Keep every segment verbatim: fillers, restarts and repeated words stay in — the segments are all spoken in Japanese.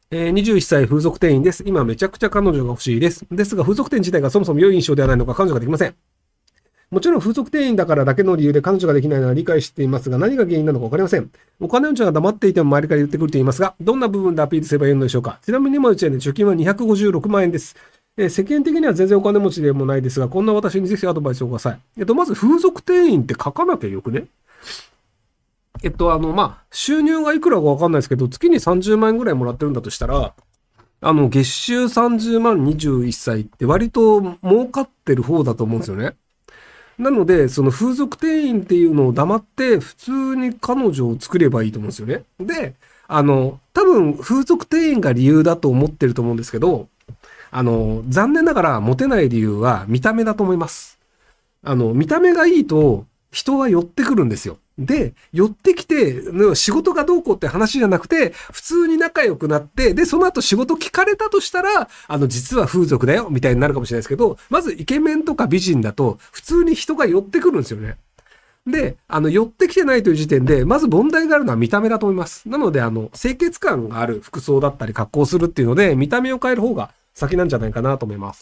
えー、にじゅういっさい風俗店員です。今めちゃくちゃ彼女が欲しいです。ですが、風俗店自体がそもそも良い印象ではないのか彼女ができません。もちろん風俗店員だからだけの理由で彼女ができないのは理解していますが、何が原因なのかわかりません。お金持ちが黙っていても周りから言ってくると言いますが、どんな部分でアピールすればいいのでしょうか。ちなみに今の時点で貯金はにひゃくごじゅうろくまん円です。えー、世間的には全然お金持ちでもないですが、こんな私にぜひアドバイスをください。えっと、まず風俗店員って書かなきゃよくね。えっと、あの、まあ、収入がいくらかわかんないですけど、月にさんじゅうまん円ぐらいもらってるんだとしたら、あの、月収さんじゅうまんにじゅういっさいって割と儲かってる方だと思うんですよね。なので、その風俗店員っていうのを黙って普通に彼女を作ればいいと思うんですよね。で、あの、多分風俗店員が理由だと思ってると思うんですけど、あの、残念ながらモテない理由は見た目だと思います。あの、見た目がいいと人は寄ってくるんですよ。で、寄ってきて、仕事がどうこうって話じゃなくて、普通に仲良くなって、で、その後仕事聞かれたとしたら、あの、実は風俗だよ、みたいになるかもしれないですけど、まずイケメンとか美人だと、普通に人が寄ってくるんですよね。で、あの、寄ってきてないという時点で、まず問題があるのは見た目だと思います。なので、あの、清潔感がある服装だったり格好するっていうので、見た目を変える方が先なんじゃないかなと思います。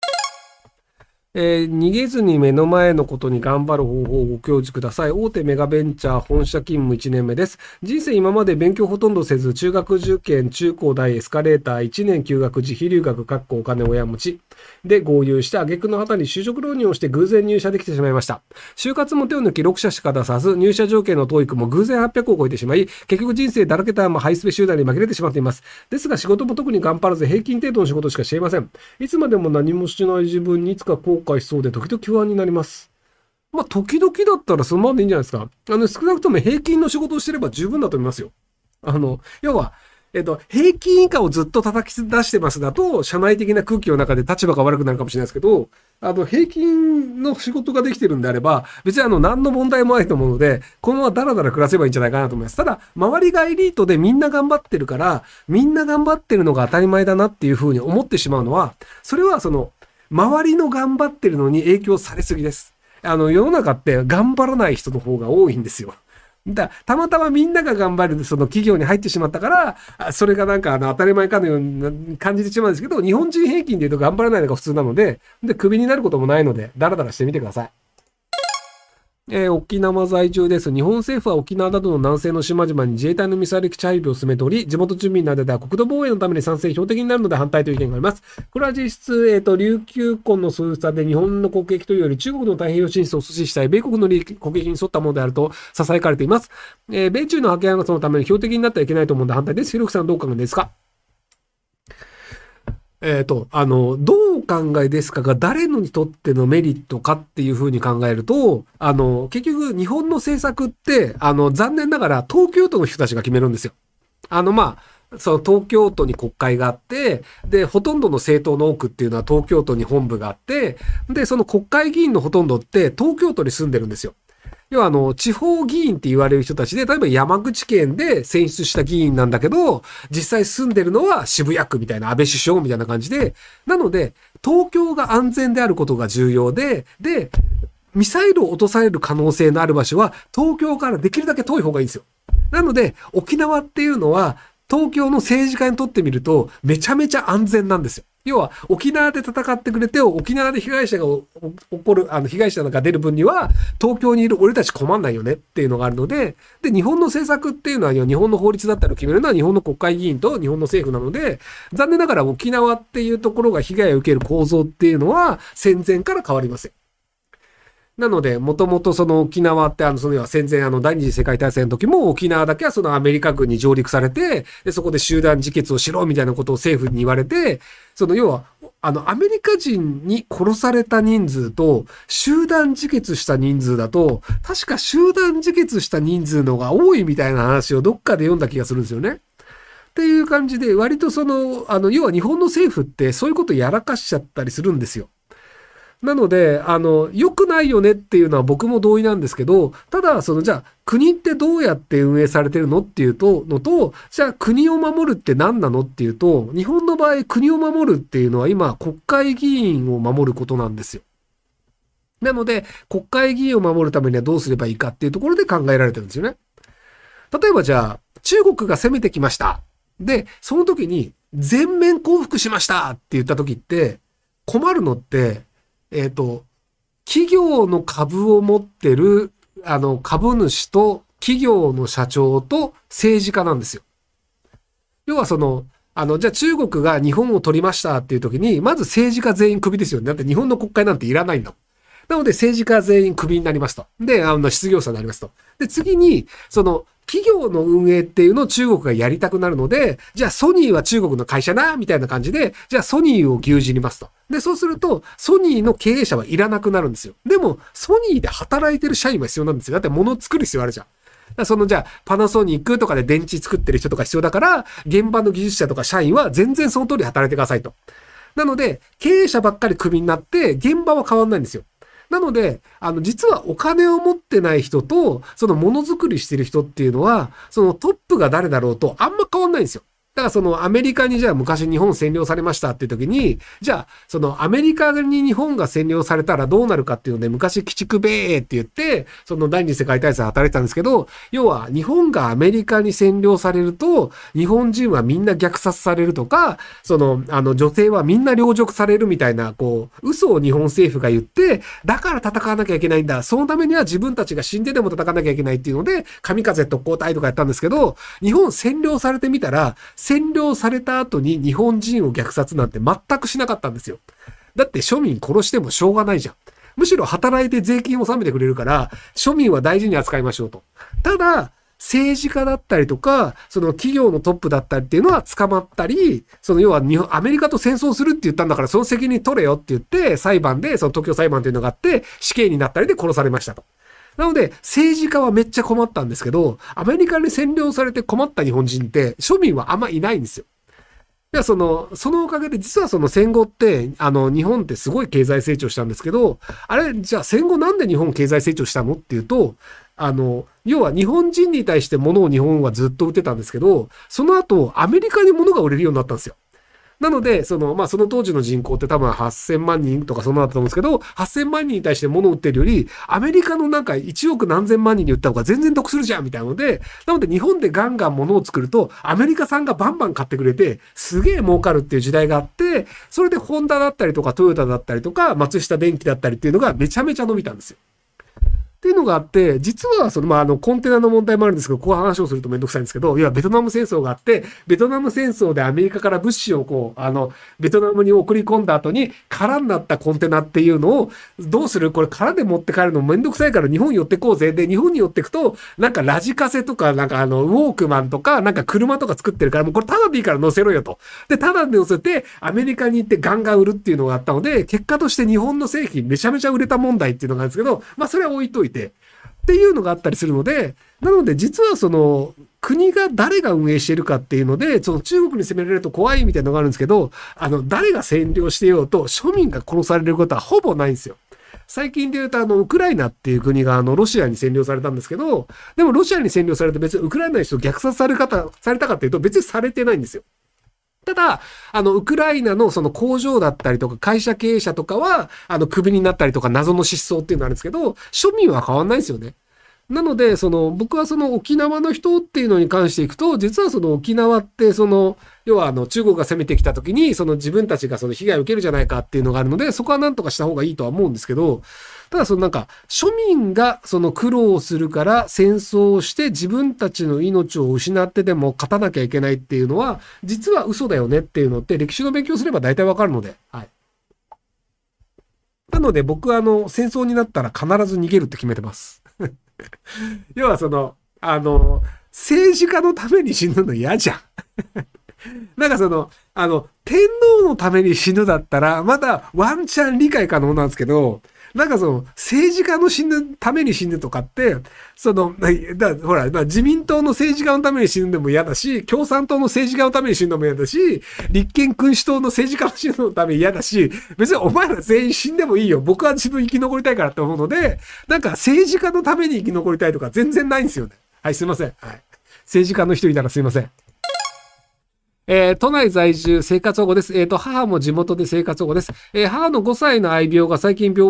えー、逃げずに目の前のことに頑張る方法をご教示ください。大手メガベンチャー本社勤務いちねんめです。人生今まで勉強ほとんどせず、中学受験、中高大エスカレーター、いちねん休学、自費留学、かっこお金親持ちで合流して、挙句の果てに就職浪人をして偶然入社できてしまいました。就活も手を抜きろく社しか出さず、入社条件の トーイック も偶然はっぴゃくを超えてしまい、結局人生だらけたままハイスペ集団に紛れてしまっています。ですが仕事も特に頑張らず平均程度の仕事しかしていません。いつまでも何もしない自分にいつか後悔しそうで時々不安になります。まあ、時々だったらそのままでいいんじゃないですか。あの、少なくとも平均の仕事をしてれば十分だと思いますよ。あの、要は、えっと、平均以下をずっと叩き出してますだと、社内的な空気の中で立場が悪くなるかもしれないですけど、あの、平均の仕事ができてるんであれば、別にあの、何の問題もないと思うので、このままダラダラ暮らせばいいんじゃないかなと思います。ただ、周りがエリートでみんな頑張ってるから、みんな頑張ってるのが当たり前だなっていうふうに思ってしまうのは、それはその、周りの頑張ってるのに影響されすぎです。あの、世の中って頑張らない人の方が多いんですよ。だたまたまみんなが頑張るその企業に入ってしまったから、それがなんかあの当たり前かのように感じてしまうんですけど、日本人平均で言うと頑張らないのが普通なので、で、クビになることもないので、ダラダラしてみてください。えー、沖縄在住です。日本政府は沖縄などの南西の島々に自衛隊のミサイル基地配備を進めており、地元住民などでは国土防衛のために賛成、標的になるので反対という意見があります。これは実質、えっ、ー、と、琉球根の封鎖で日本の国益というより中国の太平洋進出を阻止したい米国の国益に沿ったものであると囁かれています。えー、米中の覇権争いのために標的になってはいけないと思うので反対です。ひろきさんどうお考えですか？えっと、あの、どうお考えですかが誰のにとってのメリットかっていうふうに考えると、あの、結局日本の政策って、あの、残念ながら東京都の人たちが決めるんですよ。あの、まあ、その東京都に国会があって、で、ほとんどの政党の多くっていうのは東京都に本部があって、で、その国会議員のほとんどって東京都に住んでるんですよ。要はあの、地方議員って言われる人たちで、例えば山口県で選出した議員なんだけど、実際住んでるのは渋谷区みたいな安倍首相みたいな感じで、なので、東京が安全であることが重要で、で、ミサイルを落とされる可能性のある場所は、東京からできるだけ遠い方がいいんですよ。なので、沖縄っていうのは、東京の政治家にとってみると、めちゃめちゃ安全なんですよ。要は、沖縄で戦ってくれて、沖縄で被害者が起こる、あの、被害者が出る分には、東京にいる俺たち困んないよねっていうのがあるので、で、日本の政策っていうのは、日本の法律だったりを決めるのは日本の国会議員と日本の政府なので、残念ながら沖縄っていうところが被害を受ける構造っていうのは、戦前から変わりません。なので、もともとその沖縄って、あの、その要は戦前あの第二次世界大戦の時も沖縄だけはそのアメリカ軍に上陸されて、で、そこで集団自決をしろみたいなことを政府に言われて、その要は、あの、アメリカ人に殺された人数と、集団自決した人数だと、確か集団自決した人数の方が多いみたいな話をどっかで読んだ気がするんですよね。っていう感じで、割とその、あの、要は日本の政府ってそういうことやらかしちゃったりするんですよ。なので、あの、良くないよねっていうのは僕も同意なんですけど、ただ、その、じゃあ、国ってどうやって運営されてるのっていうと、のと、じゃあ、国を守るって何なのっていうと、日本の場合、国を守るっていうのは今、国会議員を守ることなんですよ。なので、国会議員を守るためにはどうすればいいかっていうところで考えられてるんですよね。例えばじゃあ、中国が攻めてきました。 で、その時に全面降伏しましたって言った時って困るのって、えっと、企業の株を持ってるあの株主と企業の社長と政治家なんですよ。要はその、あの、じゃあ中国が日本を取りましたっていう時に、まず政治家全員クビですよね。だって日本の国会なんていらないんだもん。なので政治家全員クビになりますと。で、あの、失業者になりますと。で、次に、その、企業の運営っていうのを中国がやりたくなるので、じゃあソニーは中国の会社な、みたいな感じで、じゃあソニーを牛耳りますと。で、そうすると、ソニーの経営者はいらなくなるんですよ。でも、ソニーで働いてる社員は必要なんですよ。だって物を作る必要あるじゃん。そのじゃあパナソニックとかで電池作ってる人とか必要だから、現場の技術者とか社員は全然その通り働いてくださいと。なので、経営者ばっかりクビになって、現場は変わんないんですよ。なので、あの、実はお金を持ってない人と、そのものづくりしてる人っていうのは、そのトップが誰だろうとあんま変わんないんですよ。だからそのアメリカにじゃあ昔日本占領されましたっていう時に、じゃあそのアメリカに日本が占領されたらどうなるかっていうので、昔鬼畜米英って言って、その第二次世界大戦働いてたんですけど、要は日本がアメリカに占領されると、日本人はみんな虐殺されるとか、そのあの女性はみんな陵辱されるみたいな、こう、嘘を日本政府が言って、だから戦わなきゃいけないんだ。そのためには自分たちが死んででも戦わなきゃいけないっていうので、神風特攻隊とかやったんですけど、日本占領されてみたら、占領された後に日本人を虐殺なんて全くしなかったんですよ。だって庶民殺してもしょうがないじゃん。むしろ働いて税金を納めてくれるから、庶民は大事に扱いましょうと。ただ、政治家だったりとか、その企業のトップだったりっていうのは捕まったり、その要は日本、アメリカと戦争するって言ったんだからその責任取れよって言って、裁判で、その東京裁判っていうのがあって、死刑になったりで殺されましたと。なので、政治家はめっちゃ困ったんですけど、アメリカに占領されて困った日本人って、庶民はあんまいないんですよ。ではその、そのおかげで、実はその戦後って、あの、日本ってすごい経済成長したんですけど、あれ、じゃあ戦後なんで日本経済成長したのっていうと、あの、要は日本人に対して物を日本はずっと売ってたんですけど、その後、アメリカに物が売れるようになったんですよ。なので、その、まあ、その当時の人口って多分はっせんまんにんとかそんなだったと思うんですけど、はっせんまんにんに対して物を売ってるより、アメリカのなんかいちおく何千万人に売った方が全然得するじゃんみたいなので、なので日本でガンガン物を作ると、アメリカ産がバンバン買ってくれて、すげえ儲かるっていう時代があって、それでホンダだったりとかトヨタだったりとか、松下電器だったりっていうのがめちゃめちゃ伸びたんですよ。っていうのがあって、実はその、まあ、あの、コンテナの問題もあるんですけど、ここは話をするとめんどくさいんですけど、要はベトナム戦争があって、ベトナム戦争でアメリカから物資をこう、あの、ベトナムに送り込んだ後に、空になったコンテナっていうのを、どうするこれ空で持って帰るのめんどくさいから日本寄ってこうぜ。で、日本に寄ってくと、なんかラジカセとか、なんかあの、ウォークマンとか、なんか車とか作ってるから、もうこれタダでいいから乗せろよと。で、タダで乗せて、アメリカに行ってガンガン売るっていうのがあったので、結果として日本の製品めちゃめちゃ売れた問題っていうのがあるんですけど、まあ、それは置いといて。っていうのがあったりするので、なので実はその国が誰が運営しているかっていうので、その中国に攻められると怖いみたいなのがあるんですけど、あの誰が占領していようと庶民が殺されることはほぼないんですよ。最近で言うとあのウクライナっていう国があのロシアに占領されたんですけど、でもロシアに占領されて別にウクライナの人虐殺され方されたかっていうと別にされてないんですよ。ただ、あの、ウクライナのその工場だったりとか会社経営者とかは、あの、クビになったりとか謎の失踪っていうのがあるんですけど、庶民は変わんないんですよね。なので、その、僕はその沖縄の人っていうのに関していくと、実はその沖縄ってその、要はあの、中国が攻めてきた時に、その自分たちがその被害を受けるじゃないかっていうのがあるので、そこはなんとかした方がいいとは思うんですけど、ただそのなんか、庶民がその苦労するから戦争をして自分たちの命を失ってでも勝たなきゃいけないっていうのは、実は嘘だよねっていうのって歴史の勉強すれば大体わかるので、はい。なので僕はあの、戦争になったら必ず逃げるって決めてます。要はその、あの、政治家のために死ぬの嫌じゃん。なんかその、あの、天皇のために死ぬだったら、まだワンチャン理解可能なんですけど、なんかその、政治家の死ぬために死ぬとかって、その、だほら、自民党の政治家のために死ぬのも嫌だし、共産党の政治家のために死ぬのも嫌だし、立憲君主党の政治家の死ぬのために嫌だし、別にお前ら全員死んでもいいよ。僕は自分生き残りたいからって思うので、なんか政治家のために生き残りたいとか全然ないんですよね。はい、すいません。はい。政治家の人いたらすいません。えー、都内在住、生活保護です。えっと、母も地元で生活保護です。えー、母のごさいの愛病が最近病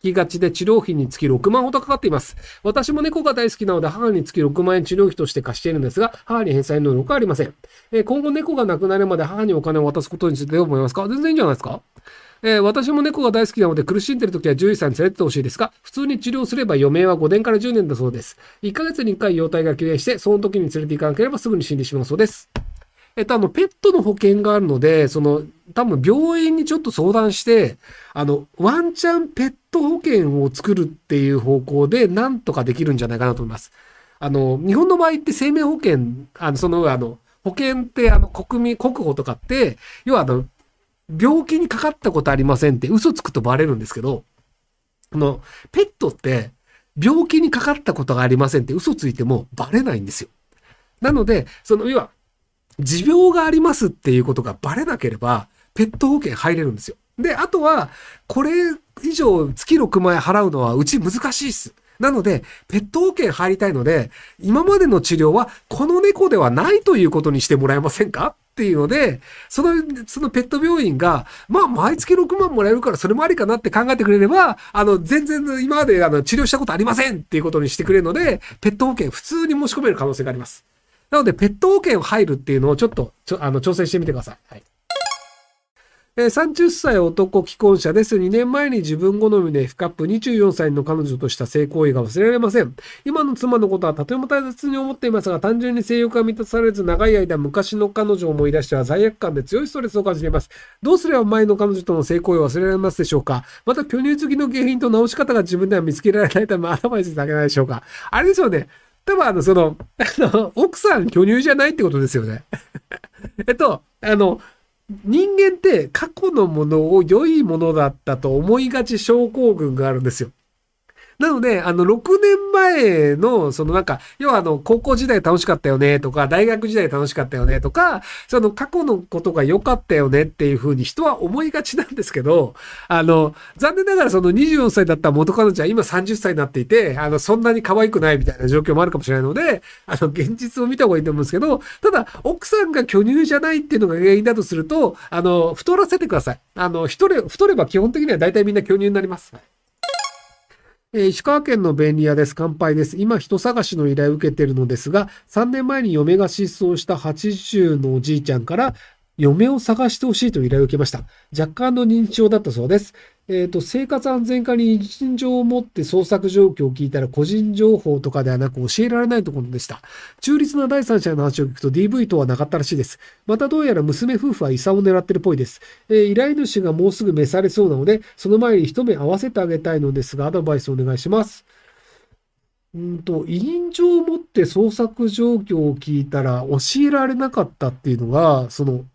きがちで治療費につきろくまんほどかかっています。私も猫が大好きなので母につきろくまんえん治療費として貸しているんですが、母に返済能力はありません。えー、今後猫が亡くなるまで母にお金を渡すことについてどう思いますか？全然いいんじゃないですか？えー、私も猫が大好きなので苦しんでいるときは獣医さんに連れてってほしいですが、普通に治療すれば余命はごねんからじゅうねんだそうです。いっかげつにいっかい容体が急変して、その時に連れて行かなければすぐに死んでしまうそうです。えっと、あの、ペットの保険があるので、その、多分病院にちょっと相談して、あの、ワンチャンペット保険を作るっていう方向でなんとかできるんじゃないかなと思います。あの、日本の場合って生命保険、あの、その、あの、保険ってあの、国民、国保とかって、要はあの、病気にかかったことありませんって嘘つくとバレるんですけど、あの、ペットって病気にかかったことがありませんって嘘ついてもバレないんですよ。なので、その、要は、持病がありますっていうことがバレなければ、ペット保険入れるんですよ。で、あとは、これ以上月ろくまんえん払うのはうち難しいっす。なので、ペット保険入りたいので、今までの治療はこの猫ではないということにしてもらえませんかっていうので、その、そのペット病院が、まあ、毎月ろくまんもらえるからそれもありかなって考えてくれれば、あの、全然今まであの治療したことありませんっていうことにしてくれるので、ペット保険普通に申し込める可能性があります。なので、ペット保険入るっていうのをちょっと、ちょ、あの、挑戦してみてください。はい。えー、さんじゅっさい男既婚者です。にねんまえに自分好みで深アップにじゅうよんさいの彼女とした性行為が忘れられません。今の妻のことはとても大切に思っていますが、単純に性欲が満たされず、長い間昔の彼女を思い出しては罪悪感で強いストレスを感じています。どうすれば前の彼女との性行為を忘れられますでしょうか？また、巨乳好きの原因と直し方が自分では見つけられないためアドバイスいただけないでしょうか？あれですよね。多分あの、その、あの、奥さん巨乳じゃないってことですよね。えっと、あの、人間って過去のものを良いものだったと思いがち症候群があるんですよ。なので、あの、ろくねんまえの、そのなんか、要はあの、高校時代楽しかったよねとか、大学時代楽しかったよねとか、その過去のことが良かったよねっていうふうに人は思いがちなんですけど、あの、残念ながらそのにじゅうよんさいだった元彼女は今さんじゅっさいになっていて、あの、そんなに可愛くないみたいな状況もあるかもしれないので、あの、現実を見た方がいいと思うんですけど、ただ、奥さんが巨乳じゃないっていうのが原因だとすると、あの、太らせてください。あの、太れ、太れば基本的には大体みんな巨乳になります。えー、石川県の便利屋です。乾杯です。今、人探しの依頼を受けているのですが、さんねんまえに嫁が失踪したはちじゅうのおじいちゃんから、嫁を探してほしいという依頼を受けました。若干の認知症だったそうです。えっと、生活安全課に一日情を持って捜索状況を聞いたら個人情報とかではなく教えられないところでした。中立な第三者の話を聞くと ディーブイ とはなかったらしいです。またどうやら娘夫婦は遺産を狙ってるっぽいです。えー、依頼主がもうすぐ召されそうなので、その前に一目合わせてあげたいのですが、アドバイスお願いします。うんと、委任状を持って捜索状況を聞いたら教えられなかったっていうのが、その、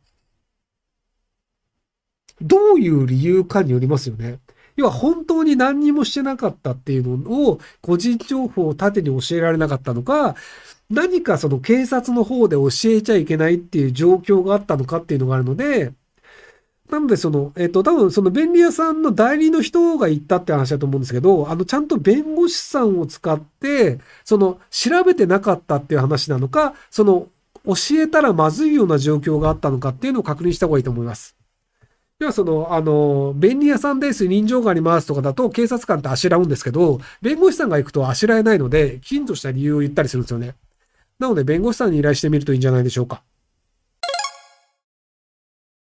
どういう理由かによりますよね。要は本当に何にもしてなかったっていうのを個人情報を縦に教えられなかったのか、何かその警察の方で教えちゃいけないっていう状況があったのかっていうのがあるので、なのでその、えっと、多分その便利屋さんの代理の人が言ったって話だと思うんですけど、あの、ちゃんと弁護士さんを使って、その、調べてなかったっていう話なのか、その、教えたらまずいような状況があったのかっていうのを確認した方がいいと思います。要はその、あの、便利屋さんです、人情がありますとかだと警察官ってあしらうんですけど、弁護士さんが行くとあしらえないので、きちんとした理由を言ったりするんですよね。なので、弁護士さんに依頼してみるといいんじゃないでしょうか。